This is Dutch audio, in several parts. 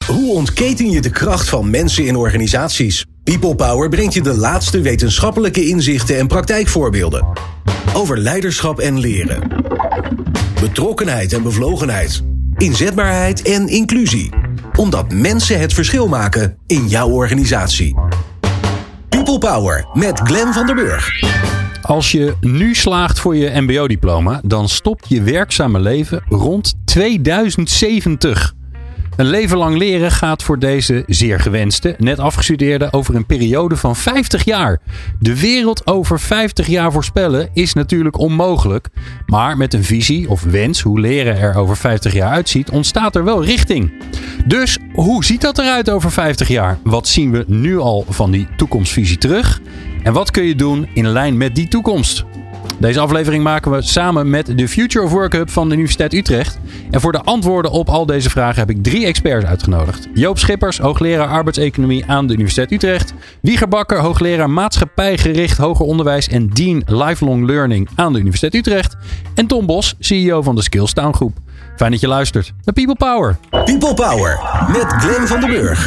Hoe ontketen je de kracht van mensen in organisaties? People Power brengt je de laatste wetenschappelijke inzichten en praktijkvoorbeelden. Over leiderschap en leren. Betrokkenheid en bevlogenheid. Inzetbaarheid en inclusie. Omdat mensen het verschil maken in jouw organisatie. People Power met Glenn van der Burg. Als je nu slaagt voor je mbo-diploma, dan stopt je werkzame leven rond 2070. Een leven lang leren gaat voor deze zeer gewenste, net afgestudeerde over een periode van 50 jaar. De wereld over 50 jaar voorspellen is natuurlijk onmogelijk. Maar met een visie of wens hoe leren er over 50 jaar uitziet, ontstaat er wel richting. Dus hoe ziet dat eruit over 50 jaar? Wat zien we nu al van die toekomstvisie terug? En wat kun je doen in lijn met die toekomst? Deze aflevering maken we samen met de Future of Work Hub van de Universiteit Utrecht. En voor de antwoorden op al deze vragen heb ik 3 experts uitgenodigd. Joop Schippers, hoogleraar arbeidseconomie aan de Universiteit Utrecht. Wieger Bakker, hoogleraar maatschappijgericht hoger onderwijs en Dean Lifelong Learning aan de Universiteit Utrecht. En Tom Bos, CEO van de Skillstown Groep. Fijn dat je luistert naar People Power. People Power met Glenn van der Burg.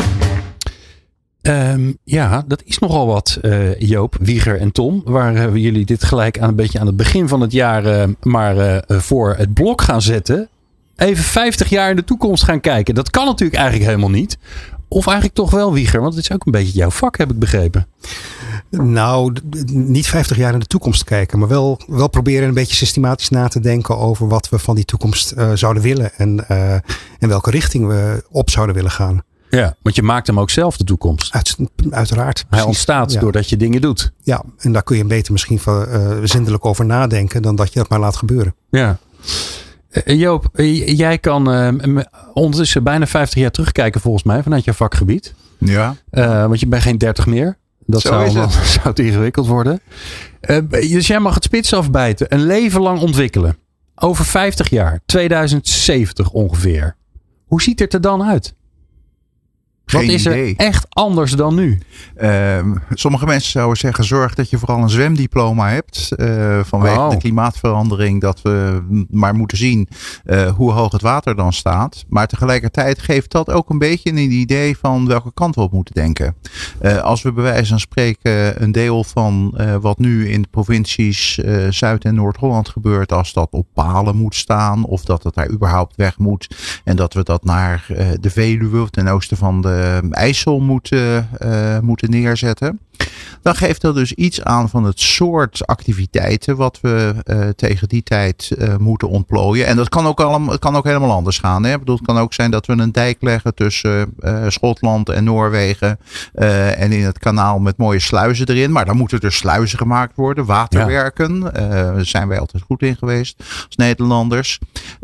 Ja, dat is nogal wat, Joop, Wieger en Tom. Waar we jullie dit gelijk een beetje aan het begin van het jaar voor het blok gaan zetten. Even 50 jaar in de toekomst gaan kijken. Dat kan natuurlijk eigenlijk helemaal niet. Of eigenlijk toch wel, Wieger, want het is ook een beetje jouw vak, heb ik begrepen. Nou, niet 50 jaar in de toekomst kijken, maar wel proberen een beetje systematisch na te denken over wat we van die toekomst zouden willen. En in welke richting we op zouden willen gaan. Ja, want je maakt hem ook zelf de toekomst. Uiteraard. Hij ontstaat doordat je dingen doet. Ja, en daar kun je beter misschien zindelijk over nadenken dan dat je dat maar laat gebeuren. Ja. Joop, jij kan ondertussen bijna 50 jaar terugkijken volgens mij vanuit jouw vakgebied. Ja. Want je bent geen 30 meer. Dat zou het ingewikkeld worden. Dus jij mag het spits afbijten. Een leven lang ontwikkelen. Over 50 jaar. 2070 ongeveer. Hoe ziet het er dan uit? Wat is er echt anders dan nu? Sommige mensen zouden zeggen, zorg dat je vooral een zwemdiploma hebt. Vanwege de klimaatverandering. Dat we maar moeten zien hoe hoog het water dan staat. Maar tegelijkertijd geeft dat ook een beetje een idee van welke kant we op moeten denken. Als we bij wijze van spreken een deel van wat nu in de provincies Zuid- en Noord-Holland gebeurt. Als dat op palen moet staan. Of dat het daar überhaupt weg moet. En dat we dat naar de Veluwe ten oosten van de IJssel moeten neerzetten. Dan geeft dat dus iets aan van het soort activiteiten wat we tegen die tijd moeten ontplooien. En dat kan ook helemaal anders gaan. Hè? Ik bedoel, het kan ook zijn dat we een dijk leggen tussen Schotland en Noorwegen. En in het kanaal met mooie sluizen erin. Maar dan moeten er sluizen gemaakt worden. Waterwerken. Daar zijn wij altijd goed in geweest als Nederlanders.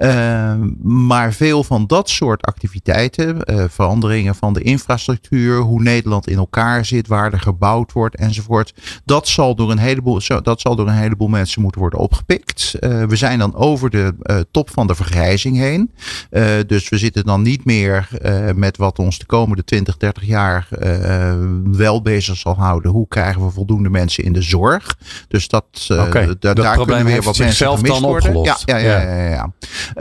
Maar veel van dat soort activiteiten. Veranderingen van de infrastructuur. Hoe Nederland in elkaar zit. Waar er gebouwd wordt enzovoort. Dat zal door een heleboel mensen moeten worden opgepikt. We zijn dan over de top van de vergrijzing heen. Dus we zitten dan niet meer met wat ons de komende 20, 30 jaar wel bezig zal houden. Hoe krijgen we voldoende mensen in de zorg? Dus daar kunnen weer wat mensen gemist worden. Ja.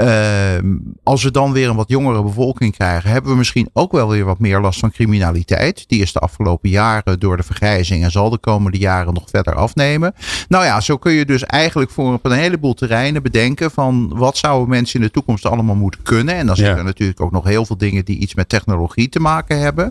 Als we dan weer een wat jongere bevolking krijgen, hebben we misschien ook wel weer wat meer last van criminaliteit. Die is de afgelopen jaren door de vergrijzing en zal de komende jaren nog verder afnemen. Nou ja, zo kun je dus eigenlijk op een heleboel terreinen bedenken van wat zouden mensen in de toekomst allemaal moeten kunnen. En dan zijn er natuurlijk ook nog heel veel dingen die iets met technologie te maken hebben.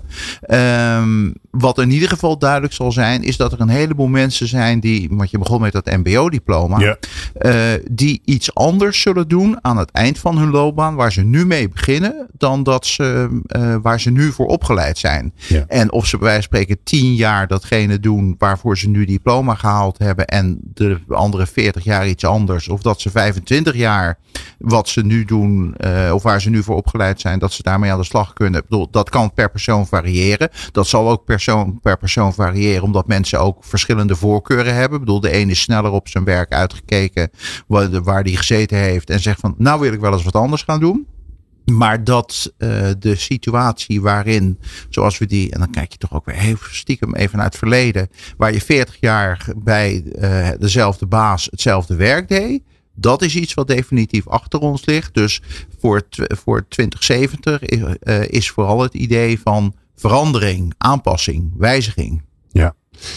Wat in ieder geval duidelijk zal zijn, is dat er een heleboel mensen zijn die, want je begon met dat mbo-diploma, die iets anders zullen doen aan het eind van hun loopbaan, waar ze nu mee beginnen, dan waar ze nu voor opgeleid zijn. Ja. En of ze bij wijze van spreken 10 jaar datgene doen waarvoor ze nu diploma gehaald hebben en de andere 40 jaar iets anders. Of dat ze 25 jaar wat ze nu doen of waar ze nu voor opgeleid zijn, dat ze daarmee aan de slag kunnen. Ik bedoel, dat kan per persoon variëren. Dat zal ook per persoon variëren omdat mensen ook verschillende voorkeuren hebben. Ik bedoel, de ene is sneller op zijn werk uitgekeken waar die gezeten heeft en zegt van nou wil ik wel eens wat anders gaan doen. Maar dat de situatie waarin, zoals we die, en dan kijk je toch ook weer stiekem even naar het verleden, waar je 40 jaar bij dezelfde baas hetzelfde werk deed, Dat is iets wat definitief achter ons ligt. Dus voor 2070 is vooral het idee van verandering, aanpassing, wijziging. Ja.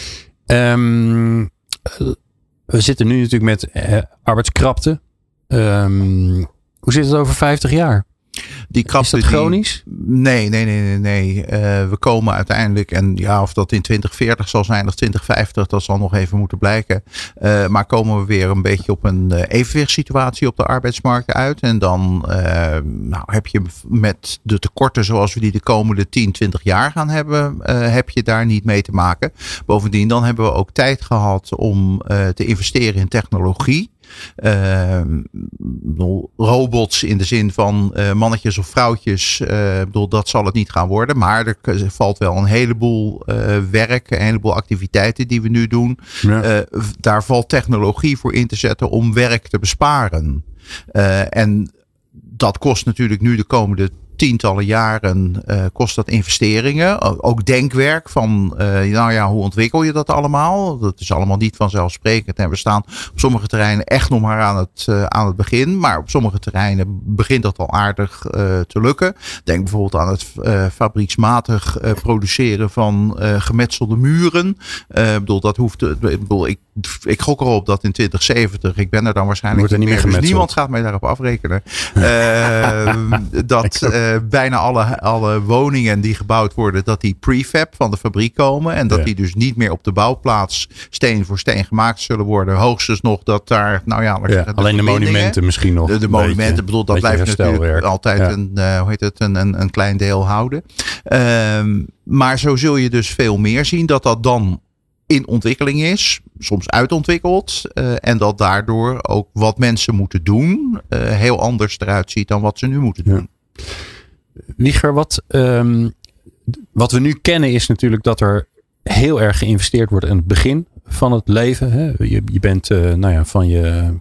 We zitten nu natuurlijk met arbeidskrapte. Hoe zit het over 50 jaar? Die krapte, is dat chronisch? Nee. We komen uiteindelijk, en ja, of dat in 2040 zal zijn of 2050, dat zal nog even moeten blijken. Maar komen we weer een beetje op een evenwichtssituatie op de arbeidsmarkt uit. En dan heb je met de tekorten zoals we die de komende 10, 20 jaar gaan hebben, heb je daar niet mee te maken. Bovendien, dan hebben we ook tijd gehad om te investeren in technologie. Robots in de zin van mannetjes of vrouwtjes, dat zal het niet gaan worden. Maar er valt wel een heleboel werk, een heleboel activiteiten die we nu doen. Ja. Daar valt technologie voor in te zetten om werk te besparen. En dat kost natuurlijk nu de komende tientallen jaren kost dat investeringen. Ook denkwerk van hoe ontwikkel je dat allemaal? Dat is allemaal niet vanzelfsprekend. En we staan op sommige terreinen echt nog maar aan het begin. Maar op sommige terreinen begint dat al aardig te lukken. Denk bijvoorbeeld aan het fabrieksmatig produceren van gemetselde muren. Dat hoeft. Ik gok erop dat in 2070, ik ben er dan waarschijnlijk niet meer. Dus niemand gaat mij daarop afrekenen. Bijna alle woningen die gebouwd worden, dat die prefab van de fabriek komen. En dat die dus niet meer op de bouwplaats steen voor steen gemaakt zullen worden. Hoogstens nog dat daar, alleen de monumenten misschien nog. De monumenten, dat blijft natuurlijk altijd een klein deel houden. Maar zo zul je dus veel meer zien dat dan in ontwikkeling is, soms uitontwikkeld. En dat daardoor ook wat mensen moeten doen heel anders eruit ziet dan wat ze nu moeten doen. Wieger, wat we nu kennen is natuurlijk dat er heel erg geïnvesteerd wordt in het begin van het leven. Hè? Je bent van je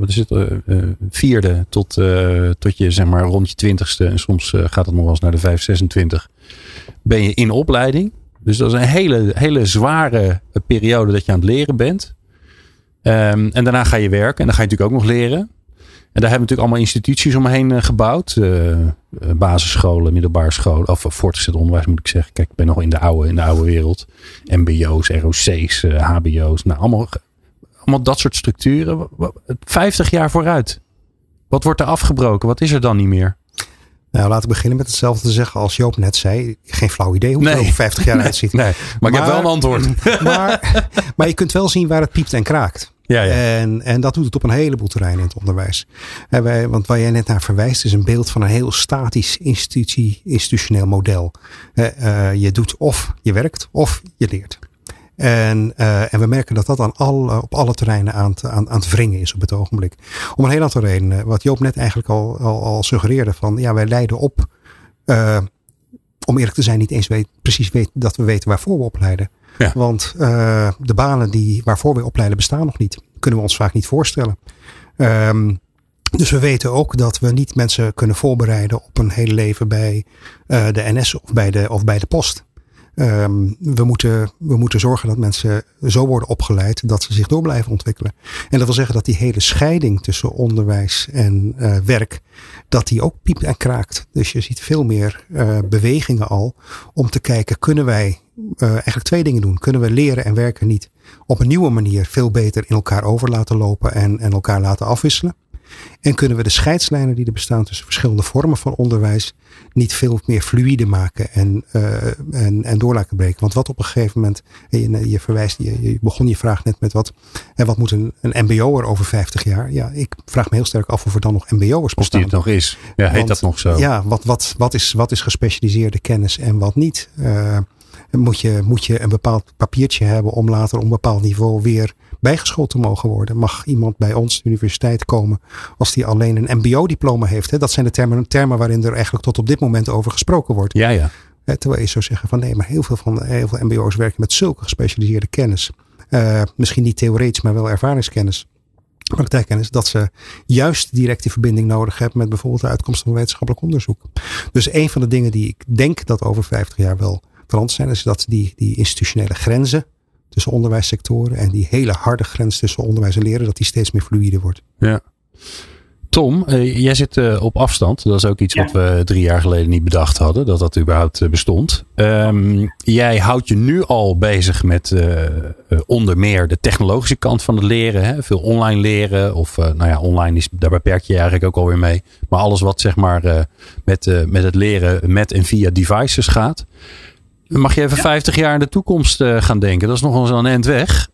vierde tot je zeg maar rond je 20ste. En soms gaat het nog wel eens naar de 26. Ben je in opleiding. Dus dat is een hele zware periode dat je aan het leren bent. En daarna ga je werken. En dan ga je natuurlijk ook nog leren. En daar hebben we natuurlijk allemaal instituties omheen gebouwd. Basisscholen, middelbare scholen. Of voortgezet onderwijs moet ik zeggen. Kijk, ik ben nog in de oude wereld. MBO's, ROC's, HBO's. Allemaal dat soort structuren. 50 jaar vooruit. Wat wordt er afgebroken? Wat is er dan niet meer? Nou, laten we beginnen met hetzelfde te zeggen als Joop net zei. Geen flauw idee hoe het er over 50 jaar uitziet. Nee, maar ik heb wel een antwoord. Maar je kunt wel zien waar het piept en kraakt. Ja. En dat doet het op een heleboel terreinen in het onderwijs. Want waar jij net naar verwijst is een beeld van een heel statisch institutioneel model. Je doet of je werkt of je leert. En we merken dat op alle terreinen aan het wringen is op het ogenblik. Om een heel aantal redenen. Wat Joop net eigenlijk al suggereerde van wij leiden op. Om eerlijk te zijn niet eens precies dat we weten waarvoor we opleiden. Ja. Want de banen waarvoor we opleiden bestaan nog niet. Kunnen we ons vaak niet voorstellen. Dus we weten ook dat we niet mensen kunnen voorbereiden op een hele leven bij de NS of bij de post. We moeten zorgen dat mensen zo worden opgeleid dat ze zich door blijven ontwikkelen. En dat wil zeggen dat die hele scheiding tussen onderwijs en werk, dat die ook piept en kraakt. Dus je ziet veel meer bewegingen al om te kijken, kunnen wij eigenlijk twee dingen doen. Kunnen we leren en werken niet op een nieuwe manier veel beter in elkaar over laten lopen en elkaar laten afwisselen? En kunnen we de scheidslijnen die er bestaan tussen verschillende vormen van onderwijs niet veel meer fluïde maken en door laten breken? Want wat op een gegeven moment, je begon je vraag net met wat moet een mbo'er over 50 jaar? Ja, ik vraag me heel sterk af of er dan nog mbo'ers bestaan. Of die het nog is. Ja, heet dat nog zo? Ja, wat is gespecialiseerde kennis en wat niet? Moet je een bepaald papiertje hebben om later op een bepaald niveau weer bijgeschoold te mogen worden? Mag iemand bij ons de universiteit komen als die alleen een mbo-diploma heeft? Hè? Dat zijn de termen waarin er eigenlijk tot op dit moment over gesproken wordt. Ja. Terwijl je zou zeggen van nee, maar heel veel mbo'ers werken met zulke gespecialiseerde kennis. Misschien niet theoretisch, maar wel ervaringskennis. Praktijkkennis, dat ze juist direct die verbinding nodig hebben met bijvoorbeeld de uitkomsten van wetenschappelijk onderzoek. Dus een van de dingen die ik denk dat over 50 jaar wel veranderd zijn, is dat die institutionele grenzen tussen onderwijssectoren en die hele harde grens tussen onderwijs en leren, dat die steeds meer fluïde wordt. Ja. Tom, jij zit op afstand. Dat is ook iets wat we 3 jaar geleden niet bedacht hadden. Dat überhaupt bestond. Jij houdt je nu al bezig met onder meer de technologische kant van het leren. Hè? Veel online leren. Of online daar beperk je eigenlijk ook alweer mee. Maar alles wat zeg maar met het leren met en via devices gaat. Mag je even 50 jaar in de toekomst gaan denken. Dat is nog wel eens een eind weg.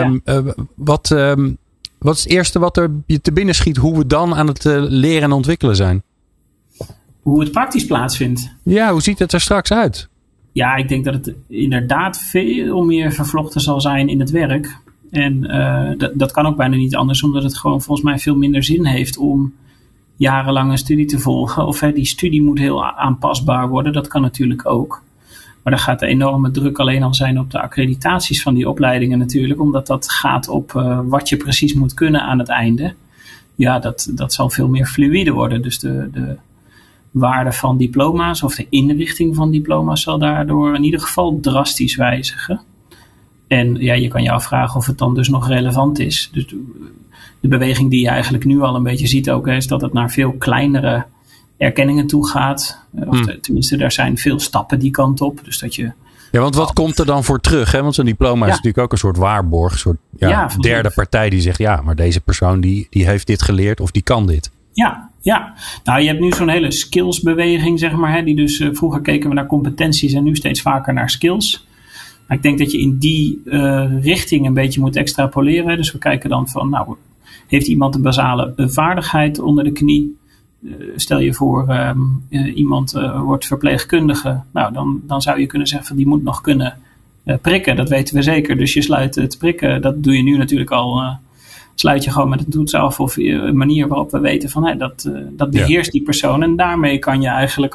Wat is het eerste wat er je te binnen schiet? Hoe we dan aan het leren en ontwikkelen zijn? Hoe het praktisch plaatsvindt. Ja, hoe ziet het er straks uit? Ja, ik denk dat het inderdaad veel meer vervlochten zal zijn in het werk. En dat kan ook bijna niet anders. Omdat het gewoon volgens mij veel minder zin heeft om jarenlang een studie te volgen. Of die studie moet heel aanpasbaar worden. Dat kan natuurlijk ook. Maar dan gaat de enorme druk alleen al zijn op de accreditaties van die opleidingen natuurlijk. Omdat dat gaat op wat je precies moet kunnen aan het einde. Ja, dat zal veel meer fluïde worden. Dus de waarde van diploma's of de inrichting van diploma's zal daardoor in ieder geval drastisch wijzigen. En ja, je kan je afvragen of het dan dus nog relevant is. Dus de beweging die je eigenlijk nu al een beetje ziet ook is dat het naar veel kleinere erkenningen toe gaat. Tenminste, er zijn veel stappen die kant op. Dus dat je... Ja, want wat komt er dan voor terug? Hè? Want zo'n diploma is natuurlijk ook een soort waarborg. Een soort derde partij die zegt... ja, maar deze persoon die heeft dit geleerd of die kan dit. Ja. Nou, je hebt nu zo'n hele skillsbeweging, zeg maar. Hè, die dus vroeger keken we naar competenties en nu steeds vaker naar skills. Maar ik denk dat je in die richting een beetje moet extrapoleren. Dus we kijken dan van, heeft iemand een basale vaardigheid onder de knie? Stel je voor, iemand wordt verpleegkundige. Nou, dan zou je kunnen zeggen van die moet nog kunnen prikken. Dat weten we zeker. Dus je sluit het prikken. Dat doe je nu natuurlijk al. Sluit je gewoon met een toets af. Of een manier waarop we weten van dat beheerst die persoon. En daarmee kan je eigenlijk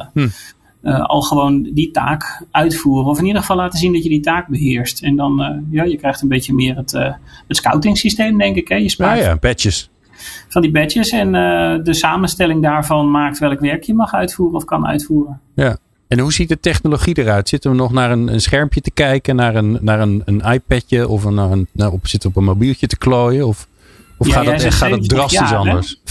al gewoon die taak uitvoeren. Of in ieder geval laten zien dat je die taak beheerst. En dan, je krijgt een beetje meer het scouting systeem, denk ik. Hè? Je spaart badges. Van die badges en de samenstelling daarvan maakt welk werk je mag uitvoeren of kan uitvoeren. Ja. En hoe ziet de technologie eruit? Zitten we nog naar een schermpje te kijken, naar een iPadje of zitten we op een mobieltje te klooien? Of gaat het drastisch jaar, anders? Hè?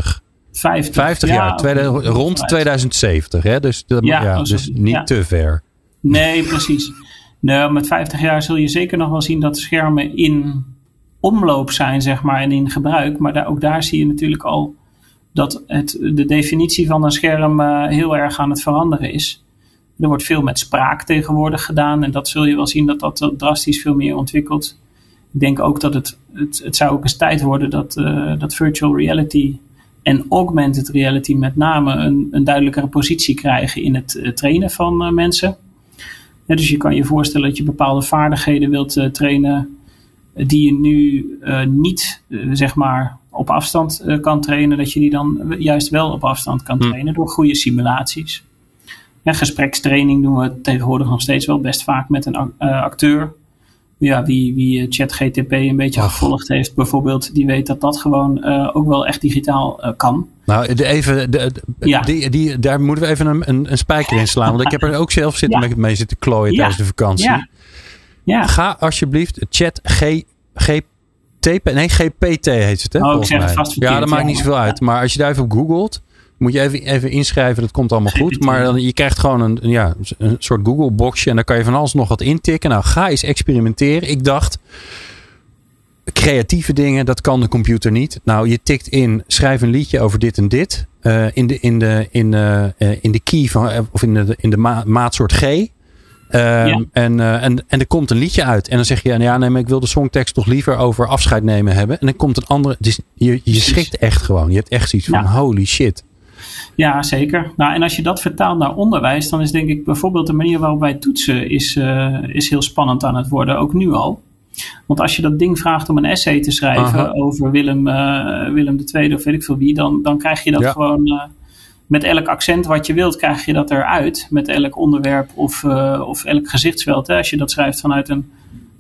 50 jaar, rond 2070. Hè? Dus niet te ver. Nee, precies. Nou, met 50 jaar zul je zeker nog wel zien dat schermen in omloop zijn, zeg maar, en in gebruik. Maar ook daar zie je natuurlijk al dat de definitie van een scherm heel erg aan het veranderen is. Er wordt veel met spraak tegenwoordig gedaan en dat zul je wel zien dat drastisch veel meer ontwikkelt. Ik denk ook dat het zou ook eens tijd worden dat virtual reality en augmented reality met name een duidelijkere positie krijgen in het trainen van mensen. Ja, dus je kan je voorstellen dat je bepaalde vaardigheden wilt trainen die je nu niet zeg maar op afstand kan trainen, dat je die dan juist wel op afstand kan trainen door goede simulaties. Ja, gesprekstraining doen we tegenwoordig nog steeds wel best vaak met een acteur. Ja, wie ChatGTP een beetje gevolgd heeft bijvoorbeeld, die weet dat gewoon ook wel echt digitaal kan. Nou, daar moeten we even een spijker in slaan. Want ik heb er ook zelf mee zitten klooien tijdens de vakantie. Ja. Ga alsjeblieft GPT heet het, hè? Oh, ik zeg het vast verkeerd. Ja, dat maakt niet zoveel uit. Maar als je daar even op googelt, moet je even inschrijven. Dat komt allemaal goed. Maar je krijgt gewoon een soort Google boxje. En dan kan je van alles nog wat intikken. Nou, ga eens experimenteren. Ik dacht, creatieve dingen, dat kan de computer niet. Nou, je tikt in, schrijf een liedje over dit en dit. In de key van, of in de maatsoort G. En er komt een liedje uit. En dan zeg je, maar ik wil de songtekst toch liever over afscheid nemen hebben. En dan komt een andere. Dus je schrikt echt gewoon. Je hebt echt zoiets van holy shit. Ja, zeker. Nou, en als je dat vertaalt naar onderwijs, dan is denk ik bijvoorbeeld de manier waarop wij toetsen is heel spannend aan het worden. Ook nu al. Want als je dat ding vraagt om een essay te schrijven over Willem II of weet ik veel wie, dan krijg je dat gewoon met elk accent wat je wilt, krijg je dat eruit. Met elk onderwerp of elk gezichtsveld. Hè? Als je dat schrijft vanuit een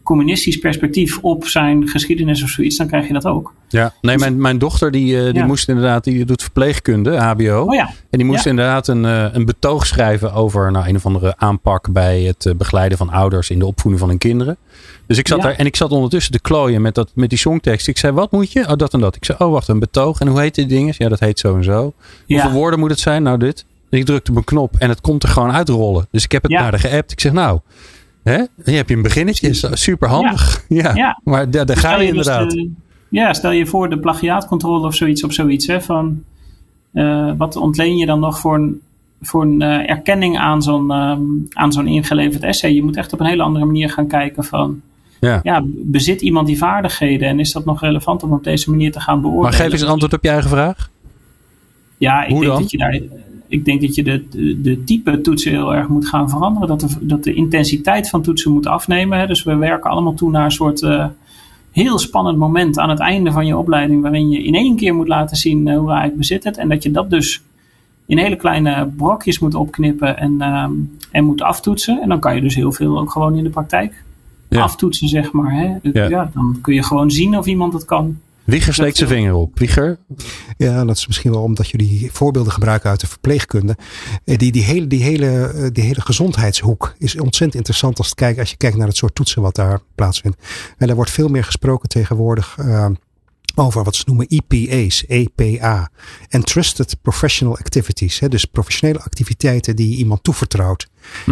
communistisch perspectief op zijn geschiedenis of zoiets, dan krijg je dat ook. Ja, nee, mijn dochter die moest inderdaad, die doet verpleegkunde, HBO. Oh ja. En die moest inderdaad een betoog schrijven over een of andere aanpak bij het begeleiden van ouders in de opvoeding van hun kinderen. Dus ik zat daar en ik zat ondertussen te klooien met die songtekst. Ik zei, wat moet je? Oh, dat en dat. Ik zei, oh, wacht, een betoog. En hoe heet die dinges? Ja, dat heet zo en zo. Hoeveel woorden moet het zijn? Nou, dit. En ik drukte op een knop en het komt er gewoon uitrollen. Dus ik heb het naar de geappt. Ik zeg, nou, hè? Hier heb je een beginnetje. Is super handig. Ja. Maar daar ga je inderdaad. Stel je voor de plagiaatcontrole of zoiets op zoiets. Hè, van, wat ontleen je dan nog voor een erkenning aan zo'n ingeleverd essay? Je moet echt op een hele andere manier gaan kijken van... bezit iemand die vaardigheden en is dat nog relevant om op deze manier te gaan beoordelen? Maar geef eens een antwoord op je eigen vraag. Ja, ik denk dat je de type toetsen heel erg moet gaan veranderen. Dat de intensiteit van toetsen moet afnemen. Hè. Dus we werken allemaal toe naar een soort heel spannend moment aan het einde van je opleiding, waarin je in één keer moet laten zien hoe eigenlijk bezit het. En dat je dat dus in hele kleine brokjes moet opknippen en moet aftoetsen. En dan kan je dus heel veel ook gewoon in de praktijk aftoetsen, zeg maar. Hè. Dan kun je gewoon zien of iemand het kan. Wieger steekt zijn vinger op. Wieger? Ja, dat is misschien wel omdat jullie voorbeelden gebruiken uit de verpleegkunde. Die hele gezondheidshoek is ontzettend interessant als je kijkt naar het soort toetsen wat daar plaatsvindt. En er wordt veel meer gesproken tegenwoordig over wat ze noemen EPA's, EPA. Entrusted Professional Activities. Hè, dus professionele activiteiten die iemand toevertrouwt.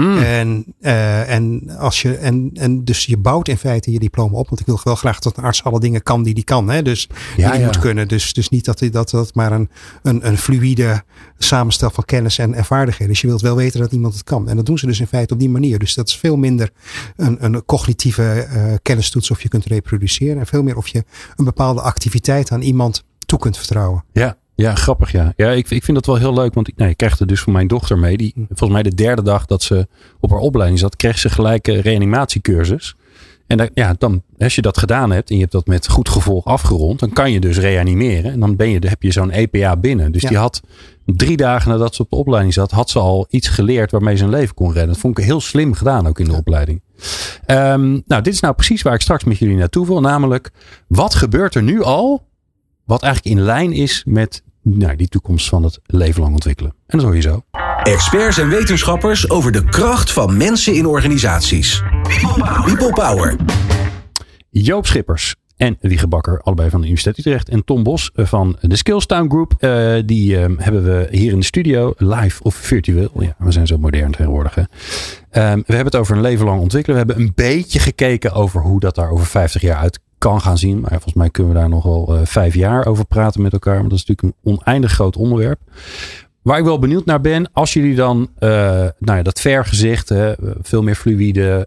En dus je bouwt in feite je diploma op. Want ik wil wel graag dat een arts alle dingen kan die kan. Hè, dus die moet kunnen. Dus niet dat maar een fluïde samenstel van kennis en vaardigheden. Dus je wilt wel weten dat iemand het kan. En dat doen ze dus in feite op die manier. Dus dat is veel minder een cognitieve kennistoets of je kunt reproduceren. En veel meer of je een bepaalde activiteit aan iemand toe kunt vertrouwen. Ja, grappig ja. Ja, ik vind dat wel heel leuk. Want ik krijg er dus van mijn dochter mee. Die volgens mij de derde dag dat ze op haar opleiding zat, kreeg ze gelijk een reanimatiecursus. En dan, als je dat gedaan hebt en je hebt dat met goed gevolg afgerond, dan kan je dus reanimeren. En dan heb je zo'n EPA binnen. Dus die had 3 dagen nadat ze op de opleiding zat, had ze al iets geleerd waarmee ze een leven kon redden. Dat vond ik heel slim gedaan ook in de opleiding. Dit is nou precies waar ik straks met jullie naartoe wil. Namelijk, wat gebeurt er nu al wat eigenlijk in lijn is met die toekomst van het leven lang ontwikkelen? En dat hoor je zo. Experts en wetenschappers over de kracht van mensen in organisaties. People Power. Joop Schippers en Wieger Bakker, allebei van de Universiteit Utrecht. En Tom Bos van de Skillstown Group. Die hebben we hier in de studio, live of virtueel. Ja, we zijn zo modern tegenwoordig. Hè? We hebben het over een leven lang ontwikkelen. We hebben een beetje gekeken over hoe dat daar over 50 jaar uit kan gaan zien. Maar volgens mij kunnen we daar nog wel 5 jaar over praten met elkaar. Want dat is natuurlijk een oneindig groot onderwerp. Waar ik wel benieuwd naar ben, als jullie dan dat vergezicht, veel meer fluïde,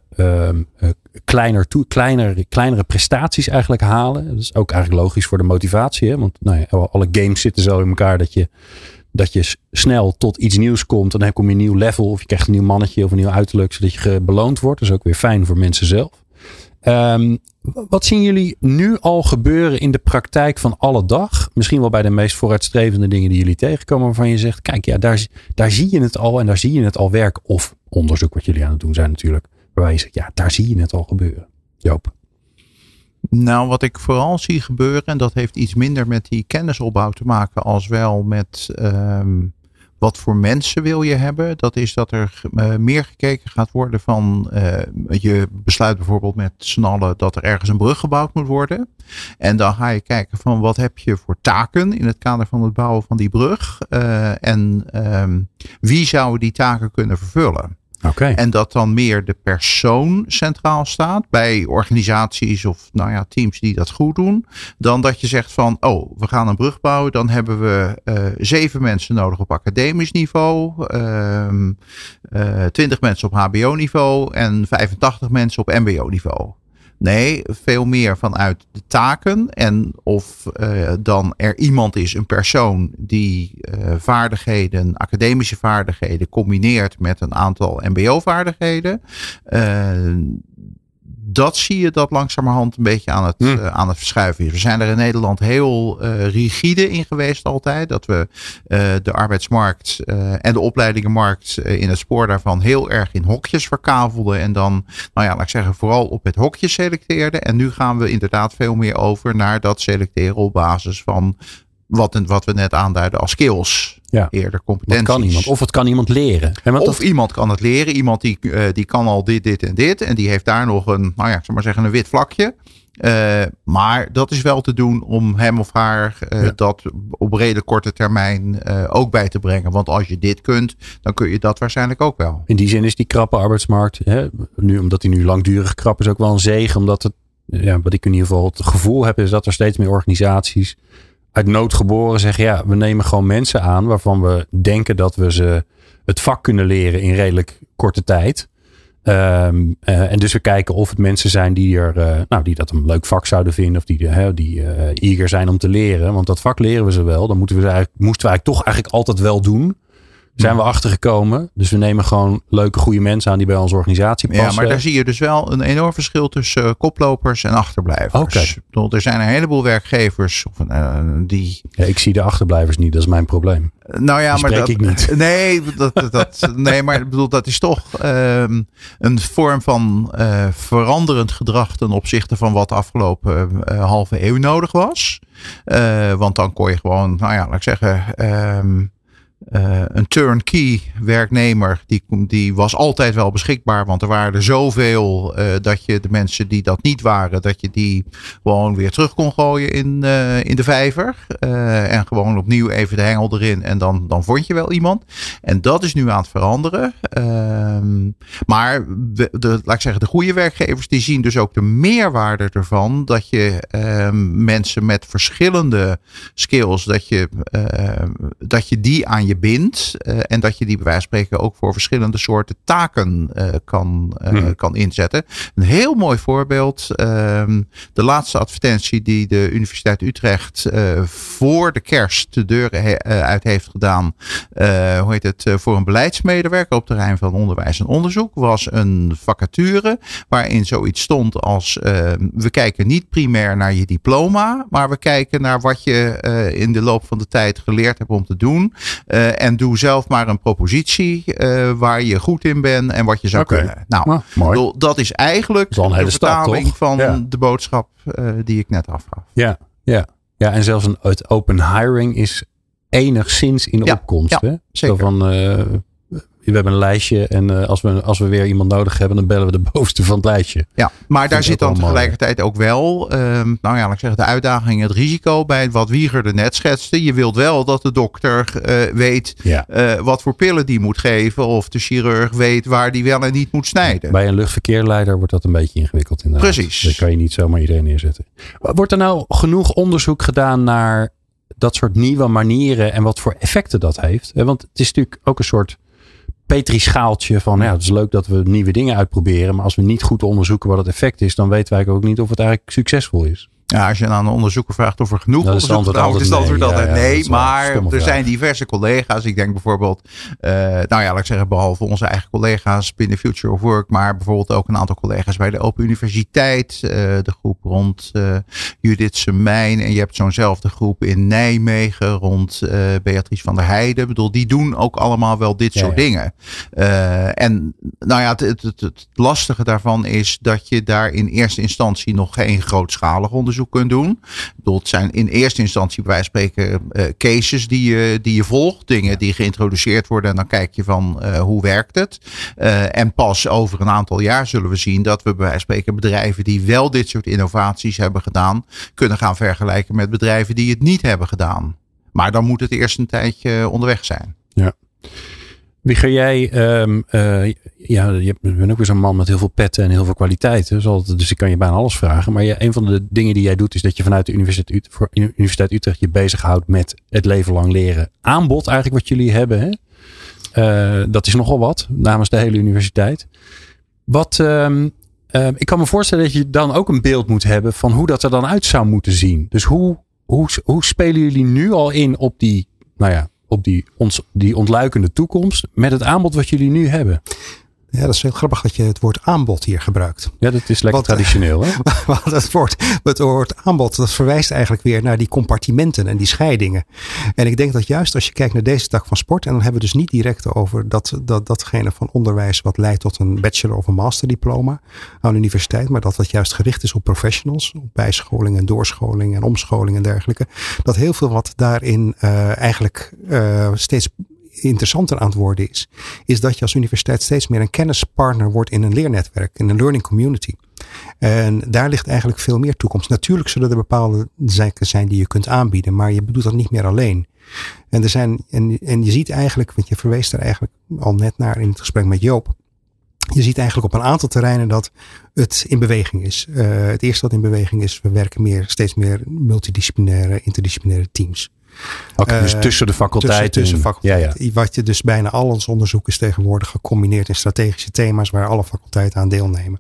kleinere prestaties eigenlijk halen. Dat is ook eigenlijk logisch voor de motivatie. Hè? Want alle games zitten zo in elkaar dat je snel tot iets nieuws komt. En dan kom je een nieuw level of je krijgt een nieuw mannetje of een nieuw uiterlijk, zodat je beloond wordt. Dat is ook weer fijn voor mensen zelf. Wat zien jullie nu al gebeuren in de praktijk van alle dag? Misschien wel bij de meest vooruitstrevende dingen die jullie tegenkomen, waarvan je zegt, kijk, daar zie je het al en daar zie je het al werken. Of onderzoek wat jullie aan het doen zijn natuurlijk. Waarbij je zegt, daar zie je het al gebeuren. Joop. Nou, wat ik vooral zie gebeuren, en dat heeft iets minder met die kennisopbouw te maken als wel met wat voor mensen wil je hebben. Dat is dat er meer gekeken gaat worden van, je besluit bijvoorbeeld met z'n allen dat er ergens een brug gebouwd moet worden. En dan ga je kijken van wat heb je voor taken in het kader van het bouwen van die brug. En wie zou die taken kunnen vervullen. Okay. En dat dan meer de persoon centraal staat bij organisaties of teams die dat goed doen. Dan dat je zegt van, we gaan een brug bouwen. Dan hebben we 7 mensen nodig op academisch niveau. 20 mensen op hbo niveau. En 85 mensen op mbo niveau. Nee, veel meer vanuit de taken. En of dan er iemand is, een persoon die vaardigheden, academische vaardigheden combineert met een aantal mbo-vaardigheden. dat zie je dat langzamerhand een beetje aan het verschuiven is. We zijn er in Nederland heel rigide in geweest altijd. Dat we de arbeidsmarkt en de opleidingenmarkt in het spoor daarvan heel erg in hokjes verkavelden. En dan, laat ik zeggen, vooral op het hokje selecteerden. En nu gaan we inderdaad veel meer over naar dat selecteren op basis van wat we net aanduiden als skills. Ja. Eerder competenties. Wat kan iemand? Of het kan iemand leren. Iemand kan het leren. Iemand die kan al dit en dit. En die heeft daar nog een wit vlakje. Maar dat is wel te doen om hem of haar dat op redelijk korte termijn ook bij te brengen. Want als je dit kunt, dan kun je dat waarschijnlijk ook wel. In die zin is die krappe arbeidsmarkt, omdat die nu langdurig krap is, ook wel een zegen. Omdat het, wat ik in ieder geval het gevoel heb, is dat er steeds meer organisaties uit nood geboren zeggen, we nemen gewoon mensen aan waarvan we denken dat we ze het vak kunnen leren in redelijk korte tijd. En dus we kijken of het mensen zijn die die dat een leuk vak zouden vinden of die eager zijn om te leren. Want dat vak leren we ze wel. Dan moesten we eigenlijk toch altijd wel doen. Zijn we achtergekomen. Dus we nemen gewoon leuke, goede mensen aan die bij onze organisatie passen. Ja, maar daar zie je dus wel een enorm verschil tussen koplopers en achterblijvers. Okay. Er zijn een heleboel werkgevers die... Ja, ik zie de achterblijvers niet, dat is mijn probleem. Ik niet. Nee, maar ik bedoel, dat is toch een vorm van veranderend gedrag ten opzichte van wat de afgelopen halve eeuw nodig was. Want dan kon je gewoon, een turnkey werknemer, die was altijd wel beschikbaar. Want er waren er zoveel dat je de mensen die dat niet waren, dat je die gewoon weer terug kon gooien in de vijver. En gewoon opnieuw even de hengel erin. En dan vond je wel iemand. En dat is nu aan het veranderen. Maar de goede werkgevers die zien dus ook de meerwaarde ervan. Dat je mensen met verschillende skills, dat je die aan je bindt. En dat je die bij wijze van spreken ook voor verschillende soorten taken kan inzetten. Een heel mooi voorbeeld. De laatste advertentie die de Universiteit Utrecht voor de kerst de deuren uit heeft gedaan. Voor een beleidsmedewerker op het terrein van onderwijs en onderzoek. Was een vacature waarin zoiets stond als we kijken niet primair naar je diploma. Maar we kijken naar wat je in de loop van de tijd geleerd hebt om te doen. En doe zelf maar een propositie waar je goed in bent en wat je zou kunnen. Nou, dat is eigenlijk de vertaling van de boodschap die ik net afgaf. Ja, en zelfs het open hiring is enigszins in opkomst. Ja, hè? zeker. Zo van, we hebben een lijstje en als we weer iemand nodig hebben, dan bellen we de bovenste van het lijstje. Ja, maar daar zit dan tegelijkertijd ook wel, de uitdaging, het risico bij wat Wieger er net schetste. Je wilt wel dat de dokter weet wat voor pillen die moet geven, of de chirurg weet waar die wel en niet moet snijden. Bij een luchtverkeerleider wordt dat een beetje ingewikkeld inderdaad. Precies. Daar kan je niet zomaar iedereen neerzetten. Wordt er nou genoeg onderzoek gedaan naar dat soort nieuwe manieren en wat voor effecten dat heeft? Want het is natuurlijk ook een soort petrischaaltje van, het is leuk dat we nieuwe dingen uitproberen, maar als we niet goed onderzoeken wat het effect is, dan weten wij ook niet of het eigenlijk successuccesvol is. Ja, als je aan een onderzoeker vraagt of er genoeg onderzoek gedaan is, het antwoord altijd nee. Maar er zijn diverse collega's. Ik denk bijvoorbeeld, behalve onze eigen collega's binnen Future of Work, maar bijvoorbeeld ook een aantal collega's bij de Open Universiteit. De groep rond Judith Semijn. En je hebt zo'nzelfde groep in Nijmegen rond Beatrice van der Heijden. Ik bedoel, die doen ook allemaal wel dit soort dingen. Het lastige daarvan is dat je daar in eerste instantie nog geen grootschalig onderzoek kunt doen. Het zijn in eerste instantie bij wijze van spreken cases die je volgt. Dingen die geïntroduceerd worden en dan kijk je van hoe werkt het. En pas over een aantal jaar zullen we zien dat we bij wijze van spreken bedrijven die wel dit soort innovaties hebben gedaan, kunnen gaan vergelijken met bedrijven die het niet hebben gedaan. Maar dan moet het eerst een tijdje onderweg zijn. Ja. Wieger, jij je bent ook weer zo'n man met heel veel petten en heel veel kwaliteiten. Dus ik kan je bijna alles vragen. Maar een van de dingen die jij doet is dat je vanuit de Universiteit Utrecht je bezighoudt met het leven lang leren aanbod eigenlijk wat jullie hebben. Hè? Dat is nogal wat namens de hele universiteit. Ik kan me voorstellen dat je dan ook een beeld moet hebben van hoe dat er dan uit zou moeten zien. Dus hoe spelen jullie nu al in op die ontluikende toekomst met het aanbod wat jullie nu hebben? Ja, dat is heel grappig dat je het woord aanbod hier gebruikt. Ja, dat is lekker traditioneel. Hè? Want het woord aanbod, dat verwijst eigenlijk weer naar die compartimenten en die scheidingen. En ik denk dat juist als je kijkt naar deze tak van sport, en dan hebben we dus niet direct over datgene van onderwijs wat leidt tot een bachelor of een masterdiploma aan de universiteit, maar dat juist gericht is op professionals, op bijscholing en doorscholing en omscholing en dergelijke. Dat heel veel wat daarin eigenlijk steeds interessanter aan het worden is dat je als universiteit steeds meer een kennispartner wordt in een leernetwerk, in een learning community. En daar ligt eigenlijk veel meer toekomst. Natuurlijk zullen er bepaalde zaken zijn die je kunt aanbieden, maar je doet dat niet meer alleen. En je ziet eigenlijk, want je verwees daar eigenlijk al net naar in het gesprek met Joop. Je ziet eigenlijk op een aantal terreinen dat het in beweging is. Het eerste wat in beweging is, we werken steeds meer multidisciplinaire, interdisciplinaire teams. Okay, dus tussen de faculteiten. Tussen faculteiten. Ja. Wat je dus bijna al ons onderzoek is tegenwoordig gecombineerd in strategische thema's waar alle faculteiten aan deelnemen.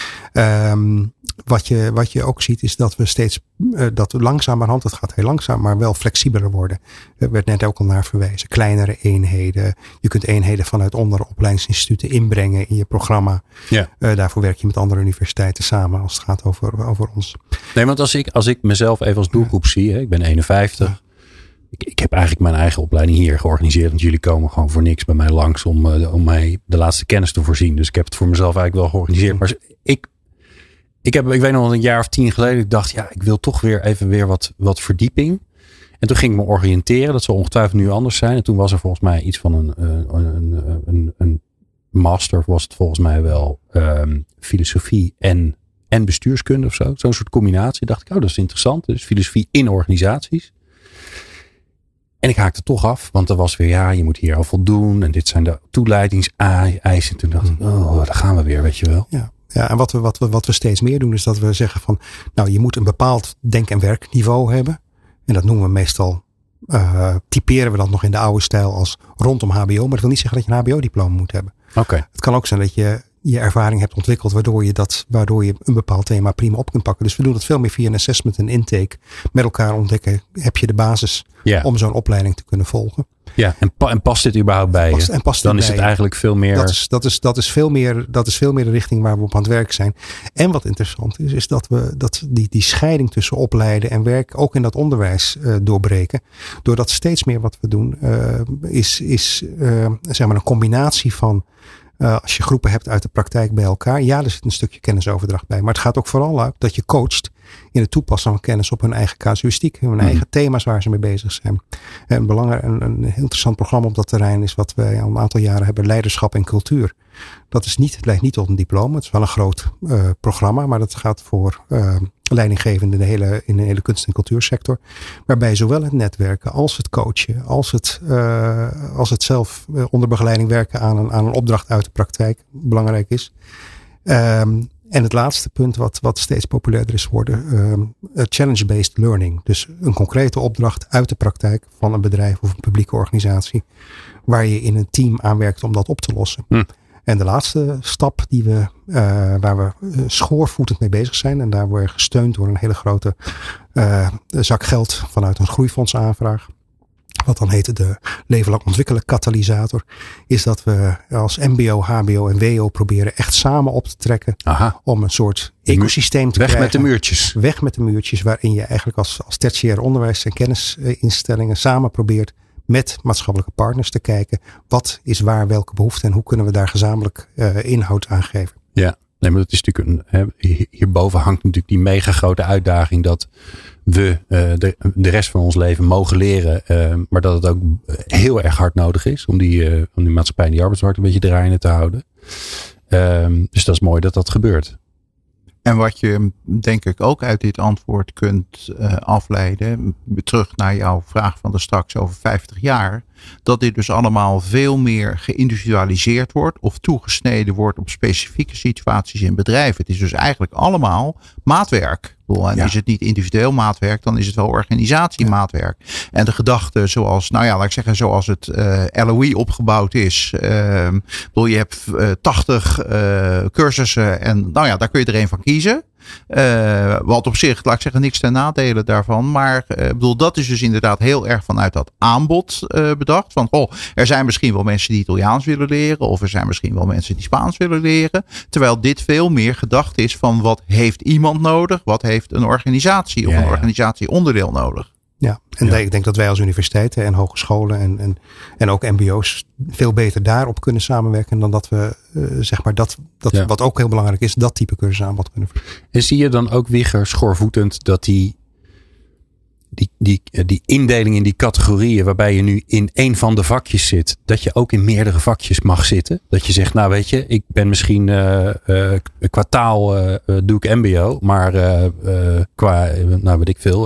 Wat je ook ziet is dat we steeds, dat langzamerhand, het gaat heel langzaam, maar wel flexibeler worden. Er werd net ook al naar verwezen. Kleinere eenheden. Je kunt eenheden vanuit andere opleidingsinstituten inbrengen in je programma. Ja. Daarvoor werk je met andere universiteiten samen als het gaat over ons. Nee, want als ik mezelf even als doelgroep zie, hè, ik ben 51. Ja. Ik heb eigenlijk mijn eigen opleiding hier georganiseerd. Want jullie komen gewoon voor niks bij mij langs om mij de laatste kennis te voorzien. Dus ik heb het voor mezelf eigenlijk wel georganiseerd. Maar ik weet nog een jaar of 10 geleden. Ik dacht, ik wil toch weer wat verdieping. En toen ging ik me oriënteren. Dat zal ongetwijfeld nu anders zijn. En toen was er volgens mij iets van een master. Was het volgens mij wel filosofie en bestuurskunde of zo. Zo'n soort combinatie. Dacht ik, dat is interessant. Dus filosofie in organisaties. En ik haakte toch af, want er was weer, je moet hier al voldoen. En dit zijn de toeleidingseisen. Toen dacht ik, daar gaan we weer, weet je wel. Ja, en wat we steeds meer doen, is dat we zeggen van, je moet een bepaald denk- en werkniveau hebben. En dat noemen we meestal, typeren we dat nog in de oude stijl als rondom HBO. Maar dat wil niet zeggen dat je een HBO-diploma moet hebben. Okay. Het kan ook zijn dat je ervaring hebt ontwikkeld, waardoor je een bepaald thema prima op kunt pakken. Dus we doen dat veel meer via een assessment en intake. Met elkaar ontdekken, heb je de basis om zo'n opleiding te kunnen volgen. Ja, en past dit überhaupt bij je? Dan is het eigenlijk veel meer. Dat is veel meer de richting waar we op aan het werk zijn. En wat interessant is dat we die scheiding tussen opleiden en werk ook in dat onderwijs doorbreken. Doordat steeds meer wat we doen is zeg maar een combinatie van als je groepen hebt uit de praktijk bij elkaar. Ja, er zit een stukje kennisoverdracht bij. Maar het gaat ook vooral uit dat je coacht in het toepassen van kennis op hun eigen casuïstiek. Hun eigen thema's waar ze mee bezig zijn. Een heel interessant programma op dat terrein is wat wij al een aantal jaren hebben. Leiderschap en cultuur. Het leidt niet tot een diploma. Het is wel een groot programma. Maar dat gaat voor leidinggevenden in de hele kunst- en cultuursector. Waarbij zowel het netwerken als het coachen. Als het zelf onder begeleiding werken aan een opdracht uit de praktijk belangrijk is. En het laatste punt wat steeds populairder is geworden. Challenge-based learning. Dus een concrete opdracht uit de praktijk van een bedrijf of een publieke organisatie. Waar je in een team aan werkt om dat op te lossen. En de laatste stap waar we schoorvoetend mee bezig zijn. En daar worden we gesteund door een hele grote zak geld vanuit een groeifondsaanvraag. Wat dan heet de leven lang ontwikkelen katalysator. Is dat we als mbo, hbo en wo proberen echt samen op te trekken. Om een soort ecosysteem te krijgen. Weg met de muurtjes. Weg met de muurtjes. Waarin je eigenlijk als tertiair onderwijs en kennisinstellingen samen probeert met maatschappelijke partners te kijken. Wat is waar, welke behoefte en hoe kunnen we daar gezamenlijk inhoud aan geven. Ja, nee, maar dat is natuurlijk hierboven hangt natuurlijk die mega grote uitdaging dat we de rest van ons leven mogen leren. Maar dat het ook heel erg hard nodig is om die maatschappij en die arbeidsmarkt een beetje draaiende te houden. Dus dat is mooi dat dat gebeurt. En wat je denk ik ook uit dit antwoord kunt afleiden, terug naar jouw vraag van straks over 50 jaar, dat dit dus allemaal veel meer geïndividualiseerd wordt of toegesneden wordt op specifieke situaties in bedrijven. Het is dus eigenlijk allemaal maatwerk. En is het niet individueel maatwerk, dan is het wel organisatiemaatwerk. En de gedachte zoals, laat ik zeggen, zoals het LOE opgebouwd is. Je hebt 80 cursussen en daar kun je er een van kiezen. Wat op zich, laat ik zeggen, niks ten nadele daarvan. Maar dat is dus inderdaad heel erg vanuit dat aanbod bedacht. Van, er zijn misschien wel mensen die Italiaans willen leren. Of er zijn misschien wel mensen die Spaans willen leren. Terwijl dit veel meer gedacht is van wat heeft iemand nodig? Wat heeft een organisatie of een organisatieonderdeel nodig? Ja, en ik denk dat wij als universiteiten en hogescholen en ook mbo's veel beter daarop kunnen samenwerken dan dat we wat ook heel belangrijk is, dat type cursusaanbod kunnen verwerken. En zie je dan ook, Wigger, schoorvoetend dat die indeling in die categorieën waarbij je nu in één van de vakjes zit, dat je ook in meerdere vakjes mag zitten? Dat je zegt, nou weet je, ik ben misschien qua taal doe ik mbo, maar qua, nou weet ik veel,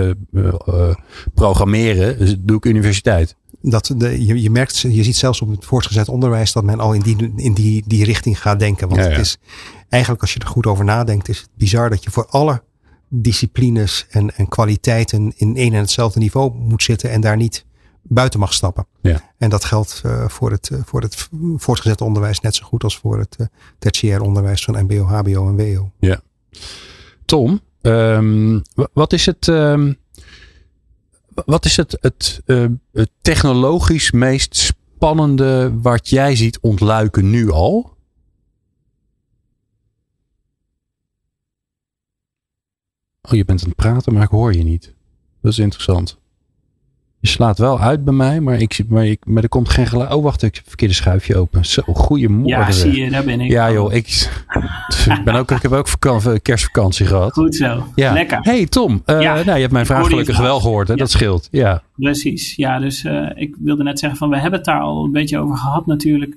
programmeren doe ik universiteit. Je merkt, je ziet zelfs op het voortgezet onderwijs dat men al in die richting gaat denken. Want het is eigenlijk, als je er goed over nadenkt, is het bizar dat je voor alle disciplines en kwaliteiten in één en hetzelfde niveau moet zitten en daar niet buiten mag stappen. Ja. En dat geldt voor het voortgezet onderwijs net zo goed als voor het tertiair onderwijs van mbo, hbo en wo. Ja. Tom, wat is het technologisch meest spannende wat jij ziet ontluiken nu al? Je bent aan het praten, maar ik hoor je niet. Dat is interessant. Je slaat wel uit bij mij, maar er komt geen geluid. Oh, wacht, ik heb het verkeerde schuifje open. Zo, goeiemorgen. Ja, zie je, daar ben ik. Ja, joh, ik heb ook kerstvakantie gehad. Goed zo, ja. Lekker. Hey Tom, nou, je hebt mijn vraag gelukkig wel gehoord, hè? Ja. Dat scheelt. Ja. Precies, ja, dus ik wilde net zeggen van, we hebben het daar al een beetje over gehad natuurlijk.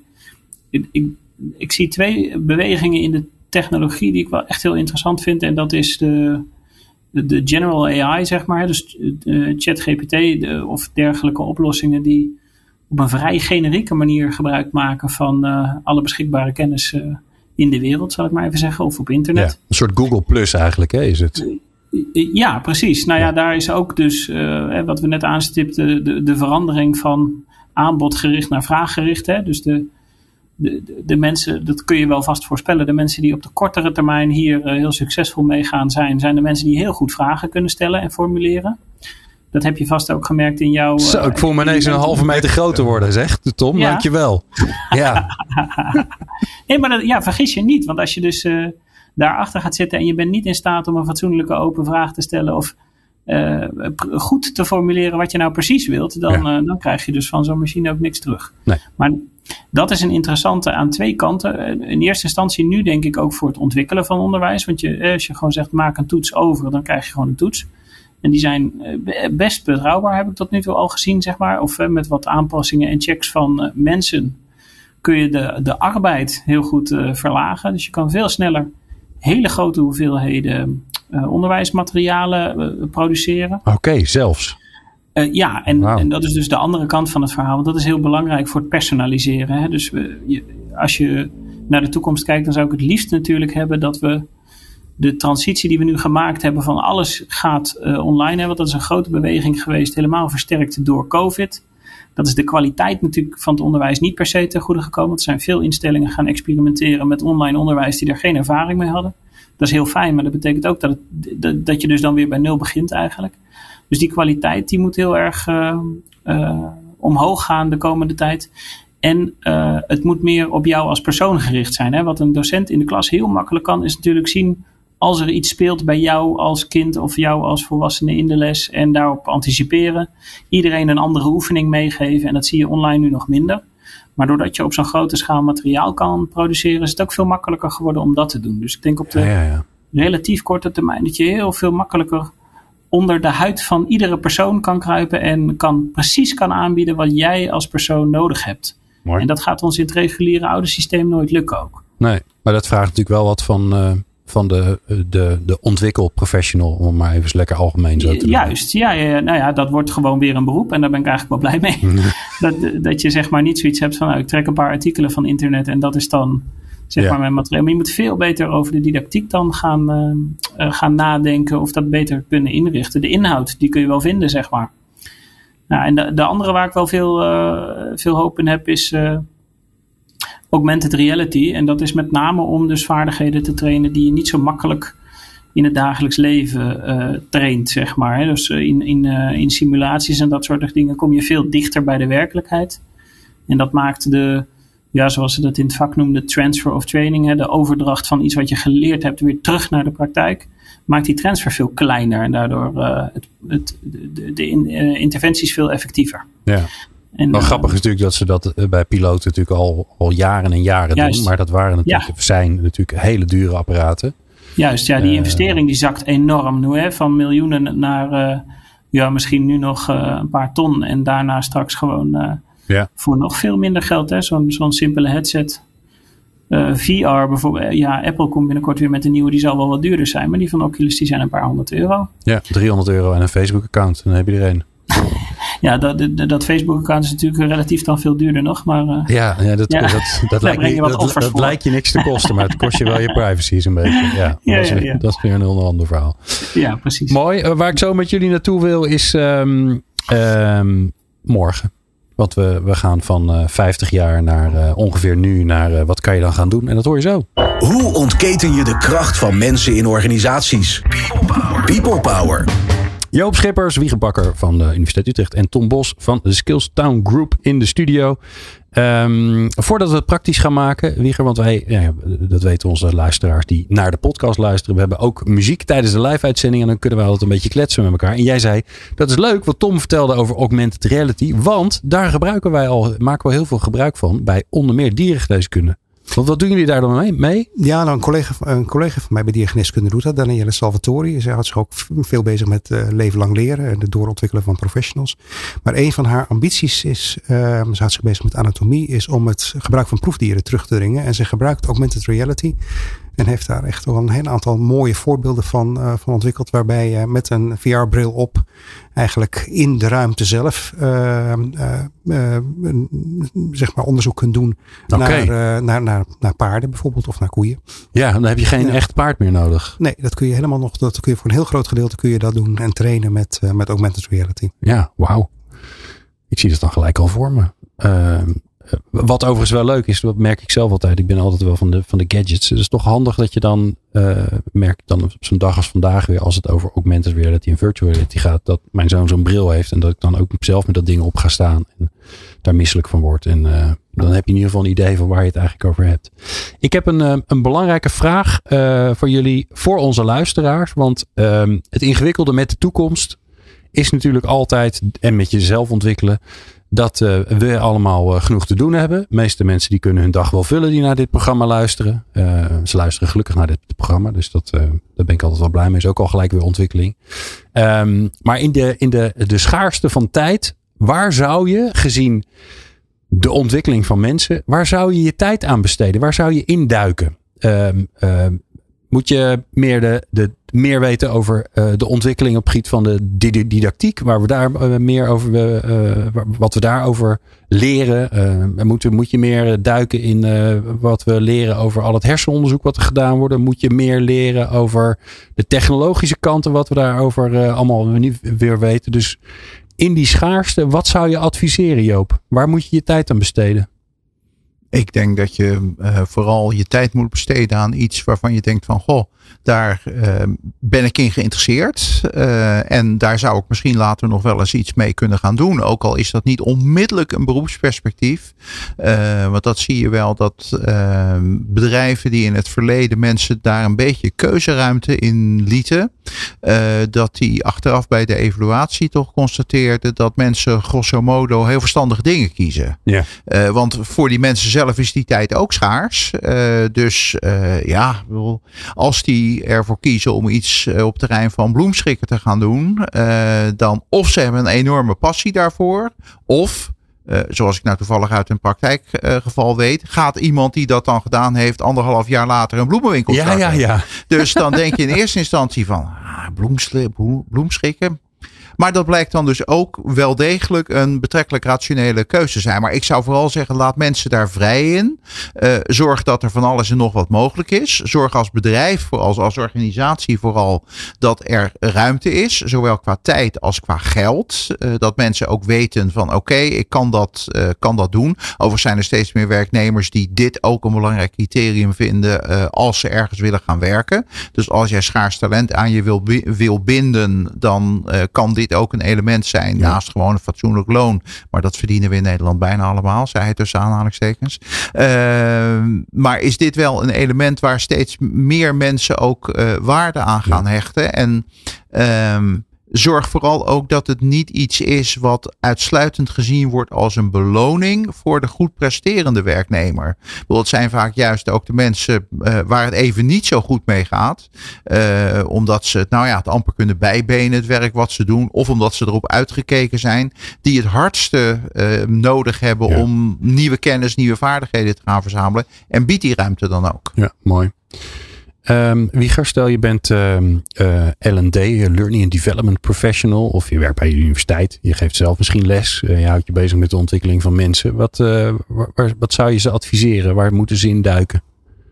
Ik zie 2 bewegingen in de technologie die ik wel echt heel interessant vind. En dat is de general AI, zeg maar. Dus ChatGPT of dergelijke oplossingen die op een vrij generieke manier gebruik maken van alle beschikbare kennis in de wereld, zal ik maar even zeggen. Of op internet. Ja, een soort Google Plus eigenlijk, hè, is het? Ja, precies. Nou ja, daar is ook dus wat we net aanstipten, de verandering van aanbodgericht naar vraaggericht. Hè? Dus de mensen, dat kun je wel vast voorspellen, de mensen die op de kortere termijn hier heel succesvol mee gaan zijn de mensen die heel goed vragen kunnen stellen en formuleren. Dat heb je vast ook gemerkt in jouw... Zo, ik voel me ineens een halve meter groter worden, zegt Tom. Ja. Dankjewel. Ja. Nee, maar vergis je niet. Want als je dus daarachter gaat zitten en je bent niet in staat om een fatsoenlijke open vraag te stellen of goed te formuleren wat je nou precies wilt, dan krijg je dus van zo'n machine ook niks terug. Nee. Maar dat is een interessante aan 2 kanten. In eerste instantie nu denk ik ook voor het ontwikkelen van onderwijs. Want als je gewoon zegt maak een toets over, dan krijg je gewoon een toets. En die zijn best betrouwbaar, heb ik tot nu toe al gezien, zeg maar. Of met wat aanpassingen en checks van mensen kun je de arbeid heel goed verlagen. Dus je kan veel sneller hele grote hoeveelheden onderwijsmaterialen produceren. Oké, zelfs. En dat is dus de andere kant van het verhaal. Want dat is heel belangrijk voor het personaliseren. Hè? Dus als je naar de toekomst kijkt, dan zou ik het liefst natuurlijk hebben dat we de transitie die we nu gemaakt hebben van alles gaat online. Hè? Want dat is een grote beweging geweest, helemaal versterkt door COVID. Dat is de kwaliteit natuurlijk van het onderwijs niet per se ten goede gekomen. Er zijn veel instellingen gaan experimenteren met online onderwijs die er geen ervaring mee hadden. Dat is heel fijn, maar dat betekent ook dat je dus dan weer bij 0 begint eigenlijk. Dus die kwaliteit die moet heel erg omhoog gaan de komende tijd. En het moet meer op jou als persoon gericht zijn. Hè? Wat een docent in de klas heel makkelijk kan, is natuurlijk zien als er iets speelt bij jou als kind of jou als volwassene in de les en daarop anticiperen. Iedereen een andere oefening meegeven en dat zie je online nu nog minder. Maar doordat je op zo'n grote schaal materiaal kan produceren, is het ook veel makkelijker geworden om dat te doen. Dus ik denk op de relatief korte termijn dat je heel veel makkelijker onder de huid van iedere persoon kan kruipen en precies kan aanbieden wat jij als persoon nodig hebt. Mooi. En dat gaat ons in het reguliere oude systeem nooit lukken ook. Nee, maar dat vraagt natuurlijk wel wat van de ontwikkelprofessional, om maar even lekker algemeen zo te doen. Juist, nou ja, dat wordt gewoon weer een beroep en daar ben ik eigenlijk wel blij mee. Dat je zeg maar niet zoiets hebt van ik trek een paar artikelen van internet en dat is dan zeg maar mijn materiaal. Maar je moet veel beter over de didactiek dan gaan nadenken of dat beter kunnen inrichten. De inhoud, die kun je wel vinden, zeg maar. Nou, en de andere waar ik wel veel hoop in heb is augmented reality. En dat is met name om dus vaardigheden te trainen die je niet zo makkelijk in het dagelijks leven traint, zeg maar. Hè. Dus in simulaties en dat soort dingen kom je veel dichter bij de werkelijkheid. En dat maakt zoals ze dat in het vak noemden, transfer of training, hè, de overdracht van iets wat je geleerd hebt weer terug naar de praktijk, maakt die transfer veel kleiner en daardoor de interventies veel effectiever. Ja. En, wel grappig is natuurlijk dat ze dat bij piloten natuurlijk al jaren en jaren doen. Maar dat zijn natuurlijk hele dure apparaten. Juist, die investering die zakt enorm nu. Hè, van miljoenen naar misschien nu nog een paar ton. En daarna straks gewoon voor nog veel minder geld. Hè, zo'n simpele headset. VR bijvoorbeeld. Apple komt binnenkort weer met een nieuwe. Die zal wel wat duurder zijn. Maar die van Oculus die zijn een paar €100. Ja, €300 en een Facebook account. Dan heb je er een. Ja, dat Facebook-account is natuurlijk relatief dan veel duurder nog. Maar, dat lijkt je niks te kosten, maar het kost je wel je privacy zo'n beetje. Dat is weer een heel ander verhaal. Ja, precies. Mooi. Waar ik zo met jullie naartoe wil is morgen. Want we gaan van 50 jaar naar ongeveer nu naar wat kan je dan gaan doen. En dat hoor je zo. Hoe ontketen je de kracht van mensen in organisaties? People Power. Joop Schippers, Wieger Bakker van de Universiteit Utrecht en Tom Bos van de Skills Town Group in de studio. Voordat we het praktisch gaan maken, Wieger, want wij, dat weten onze luisteraars die naar de podcast luisteren. We hebben ook muziek tijdens de live-uitzending en dan kunnen we altijd een beetje kletsen met elkaar. En jij zei, dat is leuk wat Tom vertelde over augmented reality, want daar maken we heel veel gebruik van bij onder meer dierengeneeskunde. Want wat doen jullie daar dan mee? Ja, nou, een collega van mij bij diergeneeskunde doet dat. Danielle Salvatori. Zij houdt zich ook veel bezig met leven lang leren en het doorontwikkelen van professionals. Maar een van haar ambities is, ze houdt zich bezig met anatomie, is om het gebruik van proefdieren terug te dringen. En ze gebruikt augmented reality. En heeft daar echt wel een heel aantal mooie voorbeelden van ontwikkeld. Waarbij je met een VR-bril op eigenlijk in de ruimte zelf zeg maar onderzoek kunt doen naar paarden bijvoorbeeld of naar koeien. Ja, dan heb je geen echt paard meer nodig. Nee, dat kun je helemaal nog. Dat kun je voor een heel groot gedeelte kun je dat doen en trainen met augmented reality. Ja, wauw. Ik zie dat dan gelijk al voor me. Wat overigens wel leuk is, dat merk ik zelf altijd. Ik ben altijd wel van de gadgets. Het is toch handig dat je dan, merk ik dan op zo'n dag als vandaag weer, als het over augmented reality en virtual reality gaat, dat mijn zoon zo'n bril heeft en dat ik dan ook zelf met dat ding op ga staan en daar misselijk van word. En dan heb je in ieder geval een idee van waar je het eigenlijk over hebt. Ik heb een belangrijke vraag voor jullie, voor onze luisteraars. Want het ingewikkelde met de toekomst is natuurlijk altijd, en met jezelf ontwikkelen, dat we allemaal genoeg te doen hebben. De meeste mensen die kunnen hun dag wel vullen die naar dit programma luisteren. Ze luisteren gelukkig naar dit programma. Dus daar ben ik altijd wel blij mee. Is ook al gelijk weer ontwikkeling. Maar in de schaarste van tijd, waar zou je, gezien de ontwikkeling van mensen, waar zou je je tijd aan besteden? Waar zou je induiken? Moet je meer weten over de ontwikkeling op het gebied van de didactiek, waar we daar meer over, wat we daarover leren. Moet je meer duiken in wat we leren over al het hersenonderzoek wat er gedaan wordt? Moet je meer leren over de technologische kanten, wat we daarover allemaal niet weer weten? Dus in die schaarste, wat zou je adviseren, Joop? Waar moet je je tijd aan besteden? Ik denk dat je vooral je tijd moet besteden aan iets waarvan je denkt van, goh, daar ben ik in geïnteresseerd. En daar zou ik misschien later nog wel eens iets mee kunnen gaan doen. Ook al is dat niet onmiddellijk een beroepsperspectief. Want dat zie je wel, dat bedrijven die in het verleden mensen daar een beetje keuzeruimte in lieten. Dat die achteraf bij de evaluatie toch constateerden dat mensen grosso modo heel verstandige dingen kiezen. Ja. Want voor die mensen zelf is die tijd ook schaars. Als die ervoor kiezen om iets op het terrein van bloemschikken te gaan doen, dan of ze hebben een enorme passie daarvoor, of zoals ik nou toevallig uit een praktijkgeval weet, gaat iemand die dat dan gedaan heeft 1,5 jaar later een bloemenwinkel starten. Ja. Dus dan denk je in eerste instantie van bloemschikken. Maar dat blijkt dan dus ook wel degelijk een betrekkelijk rationele keuze zijn. Maar ik zou vooral zeggen, laat mensen daar vrij in. Zorg dat er van alles en nog wat mogelijk is. Zorg als bedrijf, als organisatie vooral, dat er ruimte is. Zowel qua tijd als qua geld. Dat mensen ook weten van oké, ik kan dat doen. Overigens zijn er steeds meer werknemers die dit ook een belangrijk criterium vinden als ze ergens willen gaan werken. Dus als jij schaars talent aan je wil binden, dan kan dit ook een element zijn. Ja. Naast gewoon een fatsoenlijk loon. Maar dat verdienen we in Nederland bijna allemaal, zei hij tussen aanhalingstekens. Maar is dit wel een element waar steeds meer mensen ook waarde aan gaan hechten? En zorg vooral ook dat het niet iets is wat uitsluitend gezien wordt als een beloning voor de goed presterende werknemer. Het zijn vaak juist ook de mensen waar het even niet zo goed mee gaat. Omdat ze het amper kunnen bijbenen, het werk wat ze doen. Of omdat ze erop uitgekeken zijn. Die het hardste nodig hebben om nieuwe kennis, nieuwe vaardigheden te gaan verzamelen. En biedt die ruimte dan ook. Ja, mooi. Wieger, stel je bent L&D, Learning and Development Professional, of je werkt bij de universiteit, je geeft zelf misschien les, je houdt je bezig met de ontwikkeling van mensen. Wat zou je ze adviseren? Waar moeten ze in duiken?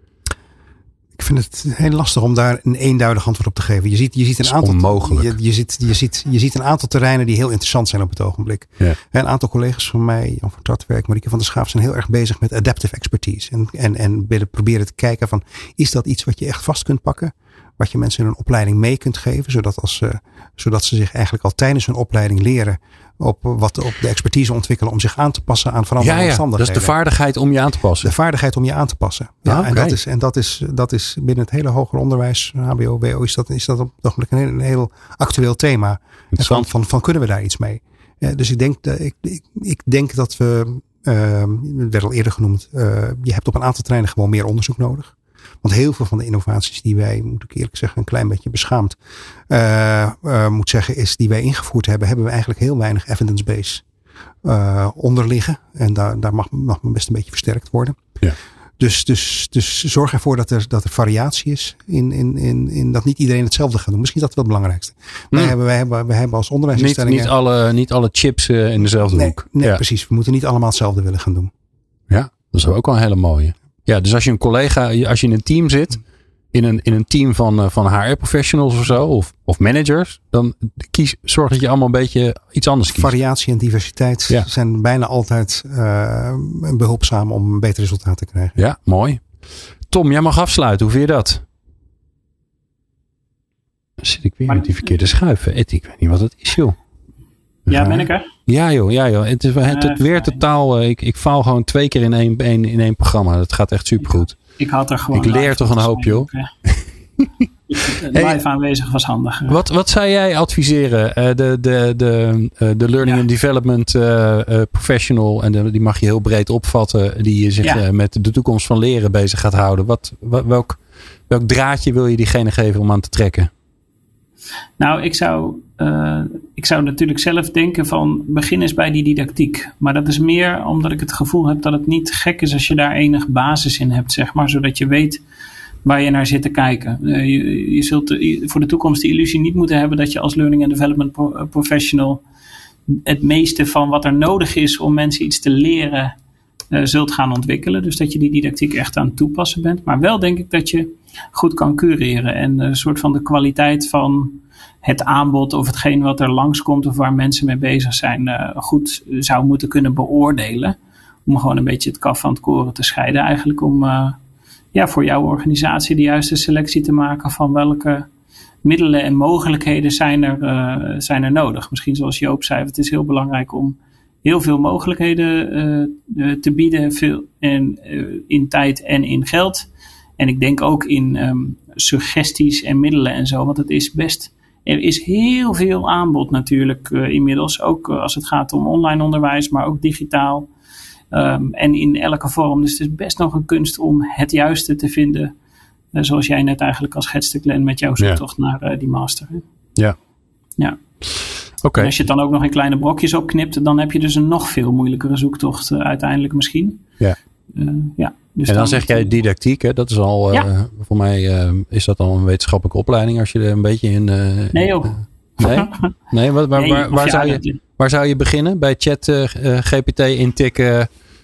Ik vind het heel lastig om daar een eenduidig antwoord op te geven. Je ziet een aantal, onmogelijk. Je ziet een aantal terreinen die heel interessant zijn op het ogenblik. Ja. Een aantal collega's van mij, Jan van Tartwerk, Marieke van der Schaaf, zijn heel erg bezig met adaptive expertise. En willen proberen te kijken van, is dat iets wat je echt vast kunt pakken? Wat je mensen in een opleiding mee kunt geven, zodat ze zich eigenlijk al tijdens hun opleiding leren op de expertise ontwikkelen om zich aan te passen aan veranderende omstandigheden. Dat is de vaardigheid om je aan te passen. De vaardigheid om je aan te passen. Ja, en dat is binnen het hele hoger onderwijs, HBO, WO, is dat op het ogenblik een heel actueel thema. Van kunnen we daar iets mee? Dus ik denk dat we, het werd al eerder genoemd, je hebt op een aantal terreinen gewoon meer onderzoek nodig. Want heel veel van de innovaties die wij, moet ik eerlijk zeggen, een klein beetje beschaamd moet zeggen, is die wij ingevoerd hebben we eigenlijk heel weinig evidence base onder liggen. En daar mag best een beetje versterkt worden. Ja. Dus zorg ervoor dat er variatie is in dat niet iedereen hetzelfde gaat doen. Misschien is dat wel het belangrijkste. Wij hebben als onderwijsinstellingen niet alle chips in dezelfde hoek. Nee, precies. We moeten niet allemaal hetzelfde willen gaan doen. Ja, dat is ook wel een hele mooie. Ja, dus als je als je in een team zit, in een team van HR-professionals of zo, of managers, dan zorg dat je allemaal een beetje iets anders kiest. Variatie en diversiteit zijn bijna altijd behulpzaam om een beter resultaat te krijgen. Ja, mooi. Tom, jij mag afsluiten. Hoe vind je dat? Dan zit ik weer met die verkeerde schuiven. Ik weet niet wat het is, joh. Ja, ben ik er? Ja joh. Het is weer totaal. Ik faal gewoon 2 keer in één programma. Dat gaat echt supergoed. Ik had er gewoon. Ik leer toch een hoop, joh. Live aanwezig was handig. Wat zou jij adviseren? De Learning and Development Professional, en die mag je heel breed opvatten, die zich met de toekomst van leren bezig gaat houden. Welk draadje wil je diegene geven om aan te trekken? Nou, ik zou natuurlijk zelf denken van begin eens bij die didactiek. Maar dat is meer omdat ik het gevoel heb dat het niet gek is als je daar enig basis in hebt, zeg maar. Zodat je weet waar je naar zit te kijken. Je zult voor de toekomst de illusie niet moeten hebben dat je als Learning and Development Professional het meeste van wat er nodig is om mensen iets te leren zult gaan ontwikkelen. Dus dat je die didactiek echt aan het toepassen bent. Maar wel denk ik dat je goed kan cureren. En een soort van de kwaliteit van het aanbod of hetgeen wat er langskomt of waar mensen mee bezig zijn goed zou moeten kunnen beoordelen. Om gewoon een beetje het kaf van het koren te scheiden. Eigenlijk om voor jouw organisatie de juiste selectie te maken van welke middelen en mogelijkheden zijn er nodig. Misschien zoals Joop zei, het is heel belangrijk om heel veel mogelijkheden te bieden. Veel in tijd en in geld. En ik denk ook in suggesties en middelen en zo. Want het is er is heel veel aanbod natuurlijk inmiddels. Ook als het gaat om online onderwijs, maar ook digitaal. En in elke vorm. Dus het is best nog een kunst om het juiste te vinden. Zoals jij net eigenlijk al schetste, Glenn, met jouw zoektocht naar die master. Hè? Ja. Okay. En als je het dan ook nog in kleine brokjes opknipt, dan heb je dus een nog veel moeilijkere zoektocht uiteindelijk misschien. Ja. Dus en dan zeg jij didactiek, hè? Dat is al, voor mij is dat al een wetenschappelijke opleiding als je er een beetje in... Nee joh. Nee, waar zou je beginnen? Bij chat GPT intikken.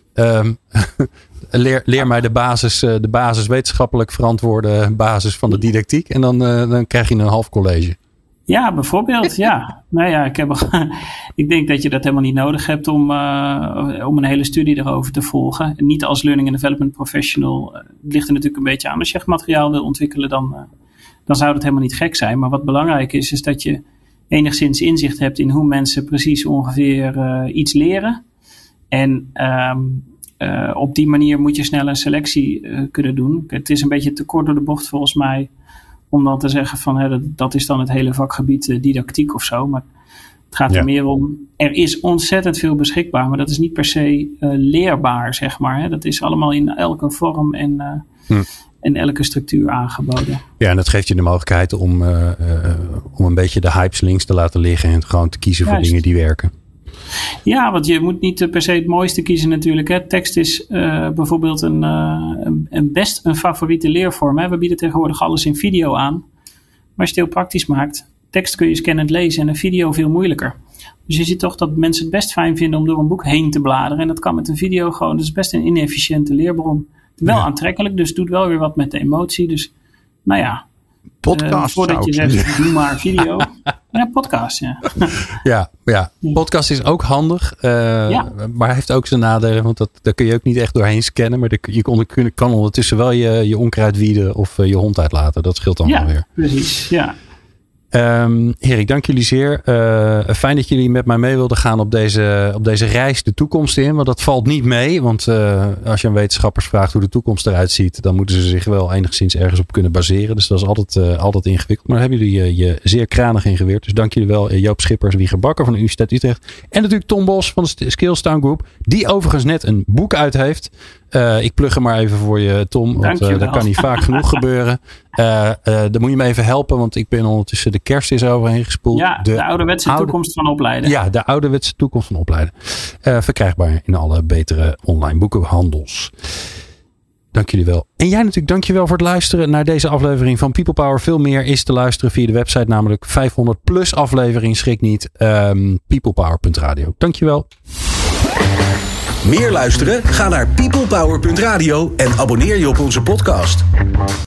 Leer mij de basis wetenschappelijk verantwoorde basis van de didactiek. En dan krijg je een half college. Ja, bijvoorbeeld. Ja. Nou ja, ik denk dat je dat helemaal niet nodig hebt om een hele studie erover te volgen. Niet als learning and development professional. Het ligt er natuurlijk een beetje aan. Als je echt materiaal wil ontwikkelen, dan zou dat helemaal niet gek zijn. Maar wat belangrijk is dat je enigszins inzicht hebt in hoe mensen precies ongeveer iets leren. En op die manier moet je snel een selectie kunnen doen. Het is een beetje te kort door de bocht volgens mij om dan te zeggen van dat is dan het hele vakgebied didactiek of zo. Maar het gaat er meer om, er is ontzettend veel beschikbaar, maar dat is niet per se leerbaar, zeg maar. Hè. Dat is allemaal in elke vorm en elke structuur aangeboden. Ja, en dat geeft je de mogelijkheid om een beetje de hypes links te laten liggen en gewoon te kiezen voor dingen die werken. Ja, want je moet niet per se het mooiste kiezen natuurlijk. Hè. Tekst is bijvoorbeeld best een favoriete leervorm. Hè. We bieden tegenwoordig alles in video aan. Maar als je het heel praktisch maakt, tekst kun je scannend lezen en een video veel moeilijker. Dus je ziet toch dat mensen het best fijn vinden om door een boek heen te bladeren. En dat kan met een video gewoon. Dat is best een inefficiënte leerbron. Wel aantrekkelijk, dus doet wel weer wat met de emotie. Dus nou ja. Podcast. Voordat je zegt, doe maar video. Ja, podcast, ja. Ja. Podcast is ook handig. Maar heeft ook zijn nadelen. Want daar kun je ook niet echt doorheen scannen. Maar je kan ondertussen wel je onkruid wieden of je hond uitlaten. Dat scheelt dan wel weer. Precies, ja. Heren, ik dank jullie zeer. Fijn dat jullie met mij mee wilden gaan op deze reis de toekomst in. Want dat valt niet mee. Want als je aan wetenschappers vraagt hoe de toekomst eruit ziet, dan moeten ze zich wel enigszins ergens op kunnen baseren. Dus dat is altijd ingewikkeld. Maar daar hebben jullie je zeer kranig in geweerd. Dus dank jullie wel, Joop Schippers, Wieger Bakker van de Universiteit Utrecht. En natuurlijk Tom Bos van de Skillstown Group. Die overigens net een boek uit heeft. Ik plug hem maar even voor je, Tom. Want dat kan niet vaak genoeg gebeuren. Dan moet je me even helpen. Want ik ben ondertussen de kerst is overheen gespoeld. Ja, de ouderwetse toekomst van opleiden. Ja, de ouderwetse toekomst van opleiden. Verkrijgbaar in alle betere online boekenhandels. Dank jullie wel. En jij natuurlijk, dank je wel voor het luisteren naar deze aflevering van People Power. Veel meer is te luisteren via de website. Namelijk 500 plus aflevering. Schrik niet. Peoplepower.radio. Dank je wel. Meer luisteren? Ga naar peoplepower.radio en abonneer je op onze podcast.